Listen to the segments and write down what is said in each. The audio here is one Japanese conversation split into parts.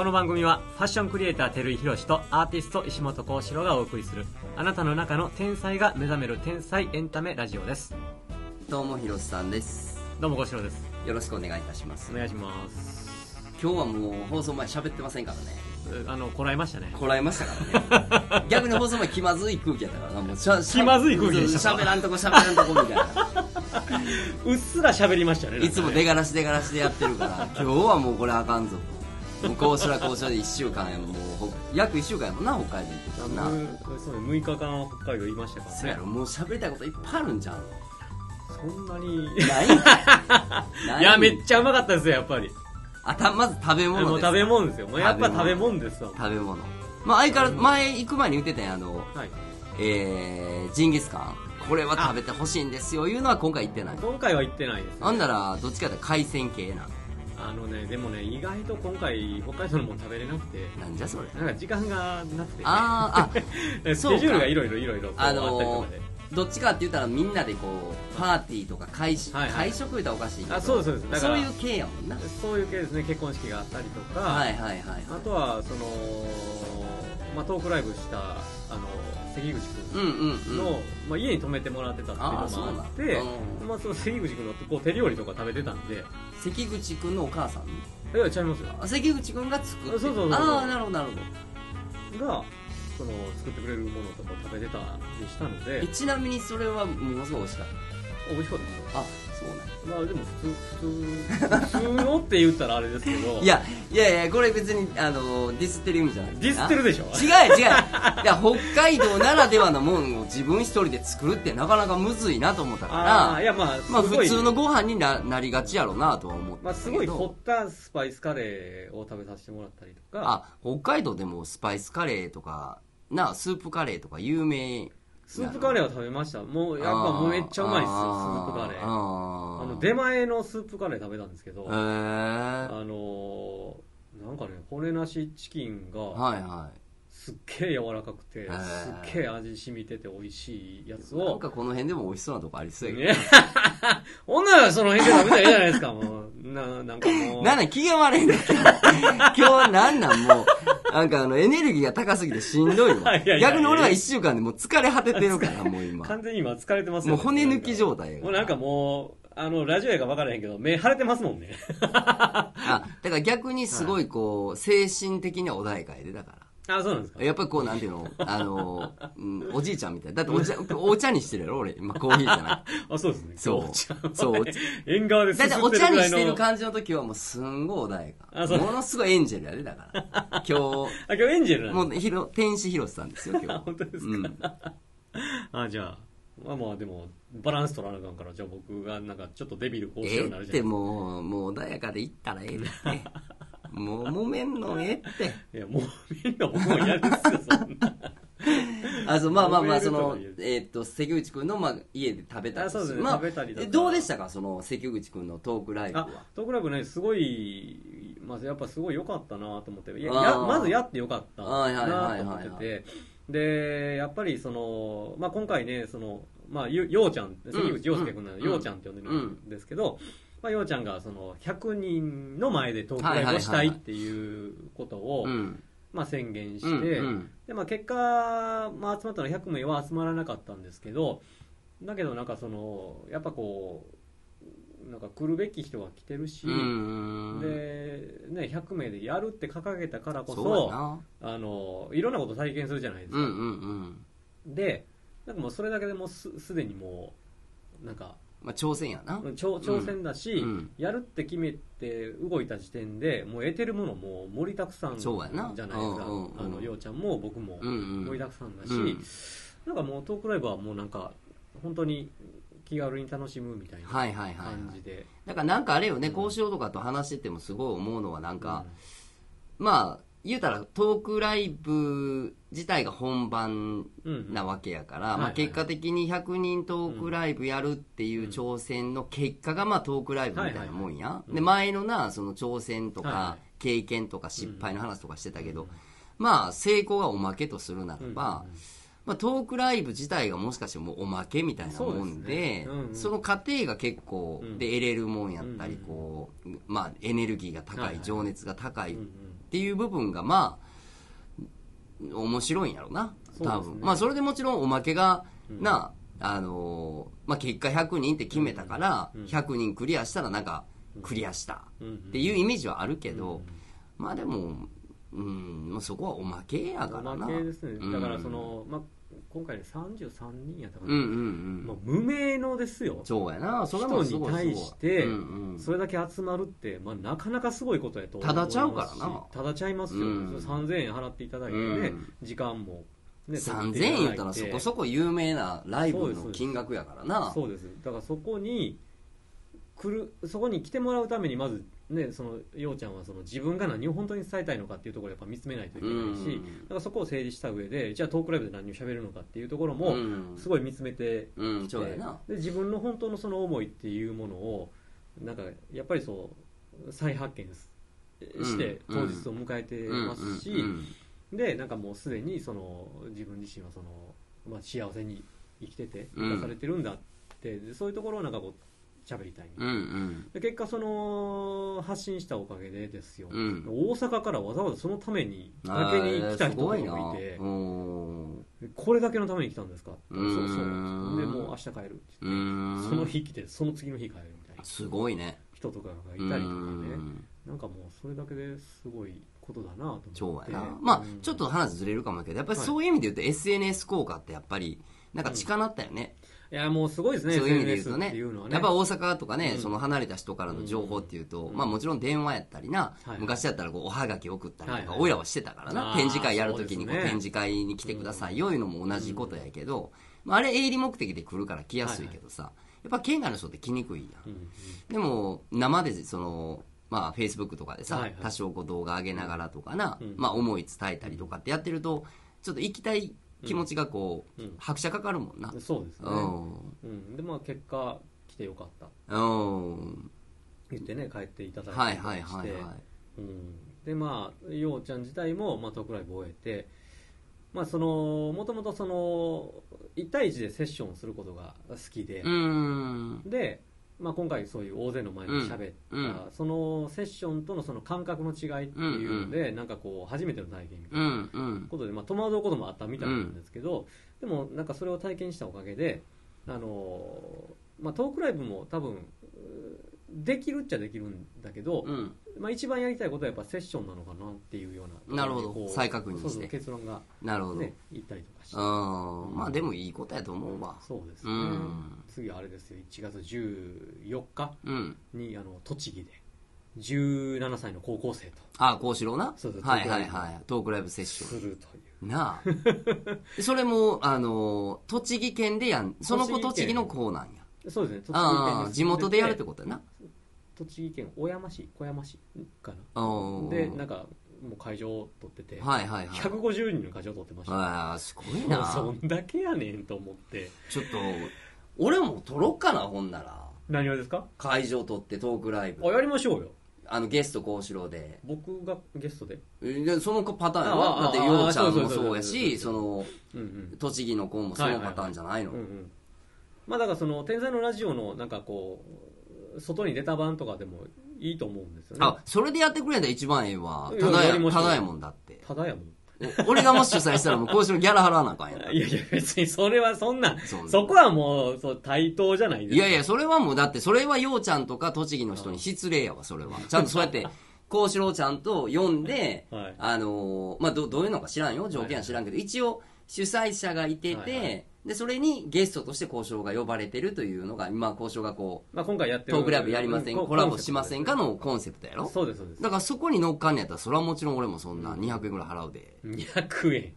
この番組はファッションクリエイター照井宏とアーティスト石本幸四郎がお送りするあなたの中の天才が目覚める天才エンタメラジオです。 どうも広瀬さんです。 どうも幸四郎です。 よろしくお願いいたします。 お願いします。 今日はもう放送前喋ってませんからね。 こらえましたね。 こらえましたからね。逆に放送前気まずい空気やったからな。もう気まずい空気でした。 喋らんとこみたいな。 うっすら喋りましたね。 いつも出がらしでやってるから今日はもうこれあかんぞ。もうこうしらで1週間やもう約1週間やもんな、北海道行ってたな。 そうね、6日間北海道いましたからね。 そうやろ、もう喋りたいこといっぱいあるんじゃん。 そんなにないいや、めっちゃうまかったですよ、やっぱり。 まず食べ物です。 もう食べ物ですよ。もうやっぱ食べ物ですよ。 食べ物。まあ相変わらず前行く前に言ってたやん、 はい、 ジンギスカン。これは食べてほしいんですよ。いうのは今回言ってない。 今回は行ってないです、ね。 あんならどっちかというと海鮮系な。 でもね、意外と今回北海道のもの食べれなくて。 なんじゃそれ。 なんか時間がなくて、 ね。 スケジュールがいろいろあったりとかで。 どっちかって言ったらみんなでこうパーティーとか会食言ったらおかしいけど、 そうですそうです。だからそういう系やもんな。 そういう系ですね。結婚式があったりとか、あとはトークライブした関口君の、家に泊めてもらってたっていうのもあって、その関口君のこう手料理とか食べてたんで。 関口君のお母さん？ いや、ちゃいますよ。 関口君が作って。 そう。 なるほどなるほど。 が作ってくれるものとか食べてたりしたので。 ちなみにそれはものすごい美味しかった。 美味しかったですよ。 あ、そうなんや。 まあでも普通のって言ったらあれですけど。 いやこれ別にディスってる意味じゃない。 ディスってるでしょ。 違う。いや北海道ならではのもんを自分一人で作るってなかなかむずいなと思ったから。 いやまあ普通のご飯になりがちやろうなとは思って。 まあすごい凝ったスパイスカレーを食べさせてもらったりとか。 北海道でもスパイスカレーとかスープカレーとか有名。 スープカレーは食べました。もうやっぱもうめっちゃうまいですよ、スープカレー。出前のスープカレー食べたんですけど、なんかね、骨なしチキンがすっげえ柔らかくて、すっげえ味染みてて美味しいやつを。 なんかこの辺でも美味しそうなとこありそうやけど。 ほんならその辺で食べたらいいじゃないですか、もう。なんかもう。 なん機嫌悪いんだけど。今日なんもう。なんかエネルギーが高すぎてしんどいわ。逆に俺は1週間でもう疲れ果ててるからもう今。 完全に今疲れてますよ、 もう骨抜き状態やから。 もうなんかもう、ラジオやから分からへんけど、目腫れてますもんね。 だから逆にすごい精神的には穏やかやで、だから。 そうなんですか。 やっぱりなんていうの、おじいちゃんみたい。だってお茶にしてるやろ俺。今コーヒーじゃない。 そうですね。 そう。 縁側ですすってるぐらいの。 だってお茶にしてる感じの時はもうすんごい穏やか。ものすごいエンジェルやで、だから。今日エンジェルなんですか。もう天使広瀬さんですよ、今日。 本当ですか。じゃあ。まあでもバランス取らなあかんから、じゃあ僕がなんかちょっとデビルこうしようになるじゃないですか。 もう穏やかでいったらええって。もう揉めんのえって。 いや、もうみんなもう嫌ですよ、そんな。 関口くんの家で食べたり。 そうですね、食べたりだとか。 どうでしたか、その関口くんのトークライブは。 トークライブね、すごい、やっぱすごい良かったなと思って、まずやって良かったなと思ってて、で、やっぱり今回ね、ようちゃん、関口陽介くんなのようちゃんって呼んでるんですけど、ようちゃんが100人の前でトークライブをしたいっていうことを宣言して、で結果、集まったのは100名は集まらなかったんですけど、だけどなんかやっぱなんか来るべき人が来てるし、で、100名でやるって掲げたからこそ、いろんなこと体験するじゃないですか。で、なんかもうそれだけでもうすでにもうなんか。 挑戦やな。 挑戦だし、やるって決めて動いた時点でもう得てるものも盛りだくさんじゃないですか。ようちゃんも僕も盛りだくさんだし、なんかもうトークライブはもうなんか本当に気軽に楽しむみたいな感じで。 だからなんかあれよね、交渉とかと話しててもすごい思うのはなんか、言うたらトークライブ自体が本番なわけやから、結果的に100人トークライブやるっていう挑戦の結果がトークライブみたいなもんや。で、前のその挑戦とか経験とか失敗の話とかしてたけど、成功がおまけとするならば、トークライブ自体がもしかしてもうおまけみたいなもんで、その過程が結構で得れるもんやったり、エネルギーが高い、情熱が高いっっていう部分がまあ面白いんやろうな多分、まあそれでもちろんおまけがな、まあ、結果100人って決めたから100人クリアしたらなんかクリアしたっていうイメージはあるけど、まあでもそこはおまけやからな。 おまけですね。だからその、まあ今回で33人やったかな、まあ、無名のですよ。 そうやな、それも人に対してそれだけ集まるって、まあ、なかなかすごいことやと思いますし、 ただちゃうからな。 ただちゃいますよ、3000円払っていただいてね、時間もね、 3000円言ったらそこそこ有名なライブの金額やからな。 そうです。だからそこに来てもらうためにまずね、そのようちゃんはその自分が何を本当に伝えたいのかっていうところをやっぱ見つめないといけないし、だからそこを整理した上で、じゃあトークライブで何を喋るのかっていうところもすごい見つめてきて、で自分の本当のその思いっていうものをなんかやっぱりそう再発見して当日を迎えてますし、でなんかもうすでにその自分自身はその、まあ、幸せに生きてて生かされてるんだって、そういうところをなんかこう喋りたい、で結果その発信したおかげでですよ、大阪からわざわざそのためにだけに来た人がいて、これだけのために来たんですか、そうでもう明日帰るって言って、その日来てその次の日帰るみたいなすごいね人とかがいたりとかね、なんかもうそれだけですごいことだなと思って。 そうやな。まあちょっと話ずれるかもだけど、やっぱりそういう意味で言うと SNS 効果ってやっぱりなんか近なったよね。 いやもうすごいですね。 そういう意味で言うとね、やっぱ大阪とかね、その離れた人からの情報っていうと、まあもちろん電話やったりな、昔だったらこうおはがき送ったりとか、親はしてたからな、展示会やるときにこう展示会に来てくださいよいうのも同じことやけど、あれ営利目的で来るから来やすいけどさ、やっぱ県外の人って来にくいやん。でも生でそのまあフェイスブックとかでさ、多少こう動画上げながらとかな、まあ思い伝えたりとかってやってると、ちょっと行きたい気持ちがこう、拍車かかるもんな。 そうですね。でまあ結果来てよかった。言ってね帰っていただいてして、でまあようちゃん自体もまあトークライブを終えて、まあそのもともとその1対1でセッションをすることが好きで、で。まあ、今回そういう大勢の前で喋った、そのセッションとのその感覚の違いっていうので、なんかこう初めての体験みたいなことで、まあ、戸惑うこともあったみたいなんですけど、でもなんかそれを体験したおかげで、まあ、トークライブも多分できるっちゃできるんだけど、まあ、一番やりたいことはやっぱセッションなのかなっていうような、 なるほど、再確認してそう結論が、ね、 なるほど言ったりとかして、 まあでもいいことやと思うわ。 そうですね、次はあれですよ、1月14日に、栃木で17歳の高校生と幸四郎な、はいはいはい、トークライブセッションするというなあそれも栃木県でやん、その子栃木の子なんや。 そうですね、栃木県で地元でやるってことやな。 栃木県小山市かなで、なんかもう会場を取ってて、150人の会場を取ってました。 すごいな。 そんだけやねんと思って、 ちょっと俺も撮ろっかな、ほんなら。 何をですか？ 会場取ってトークライブ。 やりましょうよ。 ゲスト幸四郎で。 僕がゲストで。 そのパターンやな。だってようちゃんもそうやし、その栃木の子もそのパターンじゃないの。 まあだからその天才のラジオのなんかこう外に出た版とかでもいいと思うんですよね。 それでやってくれたら一番ええわ。ただやもんだって。 ただやもん。 俺がもし主催したらもう幸四郎ギャラ払わなあかんやん。 いやいや別にそれはそんな、そこはもう対等じゃないですか。 いやいやそれはもうだってそれはようちゃんとか栃木の人に失礼やわ、それは。ちゃんとそうやって幸四郎ちゃんと呼んで、まあどういうのか知らんよ、条件は知らんけど、一応主催者がいてて、でそれにゲストとして幸四郎が呼ばれてるというのが今幸四郎がこう、 今回やってるトークライブやりません、コラボしませんかのコンセプトやろ。 そうですそうです。 だからそこに乗っかんねやったらそれはもちろん俺もそんな200円ぐらい払うで。 200円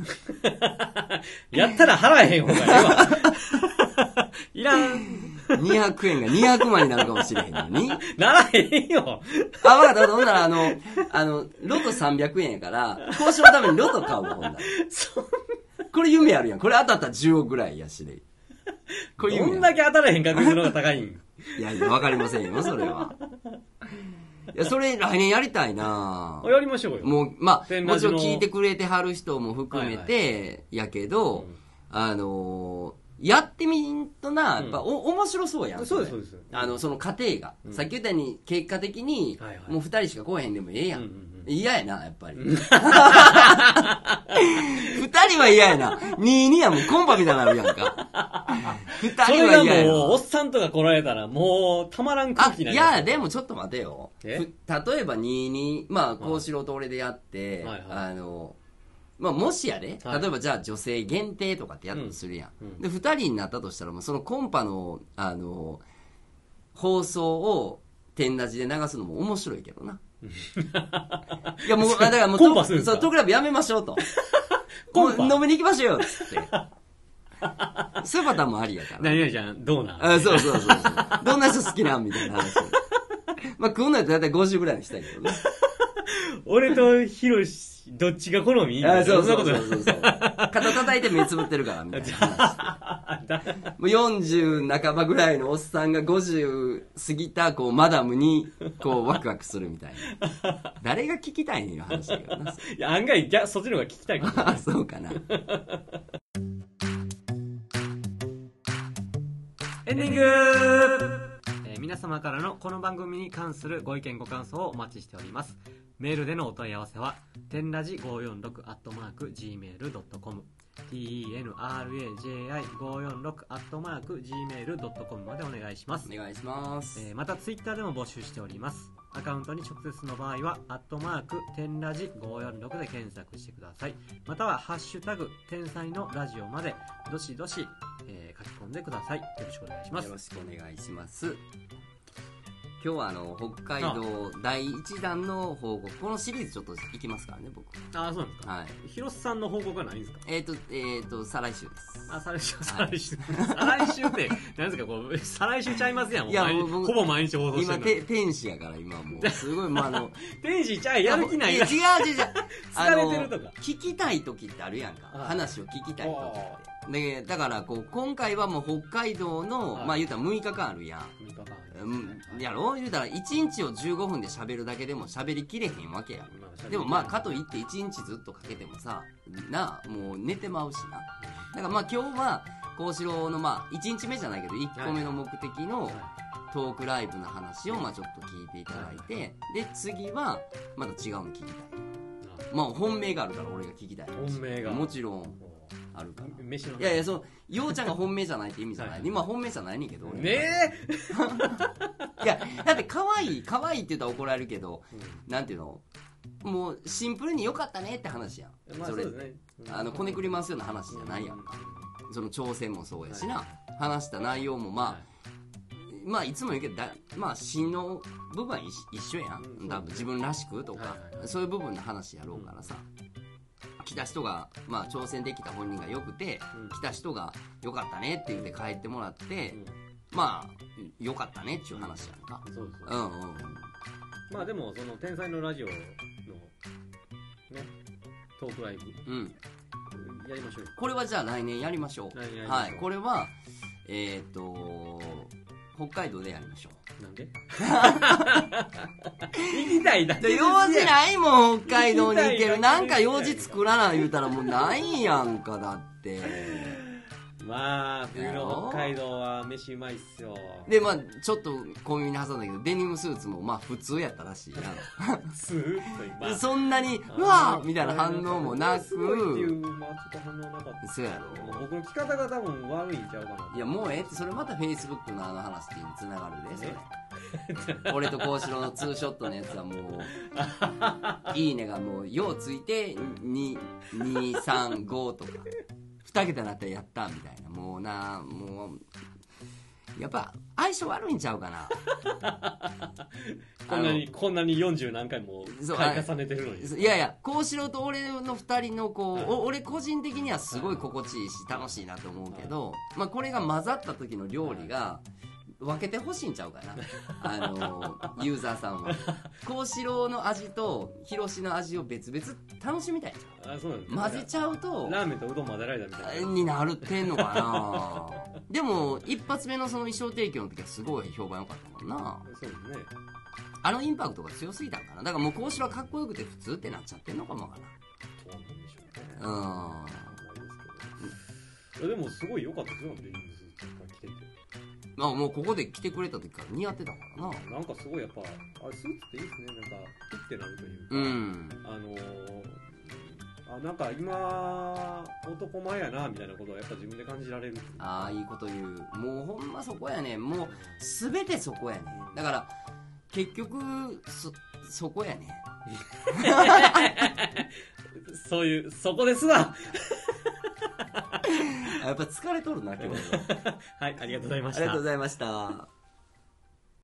やったら払えへん方がいいわいらん。 200円が200万になるかもしれへんのにならへんよ。 分かった。ほんならロト300円やから幸四郎のためにロト買うわ、ほんならこれ夢あるやん。これ当たったら10億ぐらいやしね。 これどんだけ当たらへん確率の方が高いんいやいや、わかりませんよ、それは。いや、それ来年やりたいなやりましょうよ。 もう、まあ、もちろん聞いてくれてはる人も含めて、やけど、やってみんとな、やっぱ面白そうやん。 そうです、そうです。 その過程が。さっき言ったように、結果的に、もう2人しか来えへんでもええやん。 嫌やな、やっぱり。二人は嫌やな。22やもうコンパみたいになるやんか。二人は嫌やな。 それがもう、おっさんとか来られたら、もう、たまらん空気になります。 いや、でもちょっと待てよ。例えば22、まあ、幸四郎と俺でやって、まあ、もしやで、例えばじゃあ女性限定とかってやったとするやん。で、二人になったとしたら、もうそのコンパの、放送を、天ラジで流すのも面白いけどな。いやもう、だからもう、トークライブやめましょうと。もう飲みに行きましょうよ、つって。そういうパターンもありやから。 何々ちゃん、どうなんそう。どんな人好きなんみたいな話。まあ、食うのやったらだいたい50ぐらいにしたいけどね。 俺とヒロシ、どっちが好みそう。肩叩いて目つぶってるから、みたいな話。もう40半ばぐらいのおっさんが50過ぎた、こう、マダムに、こう、ワクワクするみたいな。誰が聞きたいの話だけどな。いや、案外、そっちの方が聞きたいかも、 ね。そうかな。 エンディング皆様からのこの番組に関するご意見ご感想をお待ちしております。メールでのお問い合わせは天ラジ546@gmail.com tenraji546@gmail.com までお願いします。 お願いします。 またツイッターでも募集しております。アカウントに直接の場合は天ラジ546で検索してください。またはハッシュタグ天才のラジオまでどしどし、書き込んでください。よろしくお願いします。 よろしくお願いします。今日は北海道第1弾の報告、このシリーズちょっと行きますからね、僕。 そうなんですか。はい。広瀬さんの報告はないんですか。 再来週です。 再来週って何ですか、こう再来週ちゃいますやん。いや、ほぼ毎日放送してるの。 今天使やから今もうすごい天使ちゃう、やる気ない。 違う。 疲れてるとか。 聞きたい時ってあるやんか。話を聞きたい時って。でだからこう今回はもう北海道の、まあ言うたら6日間あるやん。6日間。やろ言うたら1日を15分で喋るだけでも喋りきれへんわけや。でもまあかといって1日ずっとかけてもさ、もう寝てまうしな。だからまあ今日は幸四郎のまあ1日目じゃないけど1個目の目的のトークライブの話をまあちょっと聞いていただいて、で次はまた違うの聞きたい。まあ本命があるから俺が聞きたい。 本命がもちろんあるから。 飯の。 いやそう、ようちゃんが本命じゃないって意味じゃない。今本命じゃないねんけど。 ねえ。 いやだって可愛いって言ったら怒られるけど、なんていうの、もうシンプルに良かったねって話やん。 まあそうですね。 こねくり回すような話じゃないやんか。その挑戦もそうやしな、話した内容もまあいつも言うけどまあ芯の部分は一緒やん。多分自分らしくとか、そういう部分の話やろうからさ。来た人が、まあ、挑戦できた本人が良くて、来た人が良かったねって言って帰ってもらって、まあ良かったねっていう話やんか。 そうです。まあでもその天才のラジオのねトークライブ、やりましょうよ。 これはじゃあ来年やりましょう。はい。これは北海道でやりましょう。 なんで行きたいだけです。 用事ないもん、北海道に行ける。なんか用事作らな言うたらもうないやんか、だって。 まあ冬の北海道は飯うまいっすよ。 でまあちょっと小耳に挟んだけどデニムスーツもまあ普通やったらしいな。 スーッと今そんなにうわーみたいな反応もなく、 すごいっていう、まあちょっと反応なかった。 そうやろ。 僕の聞き方が多分悪いんちゃうかな。 いやもうええって、それまたフェイスブックの話っていうに繋がるで、それ。俺と幸四郎のツーショットのやつはもういいねがもうようついて235とか2桁になったらやったみたいな。もうやっぱ相性悪いんちゃうかな。 こんなに40何回も回重ねてるのに。 いやいや、幸四郎と俺の2人のこう、俺個人的にはすごい心地いいし楽しいなと思うけど、まあこれが混ざった時の料理が分けてほしいんちゃうかな。ユーザーさんは幸四郎の味と広志の味を別々楽しみたいんちゃう。 そうなんです。 混ぜちゃうとラーメンとうどん混ぜられたみたいなになるってんのかな。でも一発目のその衣装提供の時はすごい評判良かったもんな。 そうですね。 インパクトが強すぎたんかな。だからもう幸四郎はかっこよくて普通ってなっちゃってんのかもかな。 そうなんでしょうね。でもすごい良かったですよ、デニムスーツが着てて。 もうここで来てくれた時から似合ってたからな。 なんかすごいやっぱ、あれスーツっていいですね。なんか、ピッてなるというか。 うん。 なんか今、男前やな、みたいなことはやっぱ自分で感じられる。 ああ、いいこと言う。もうほんまそこやね。もう、すべてそこやね。だから、結局、そこやね。 そういう、そこですわやっぱ疲れとるな、今日は。 はい、ありがとうございました。 ありがとうございました。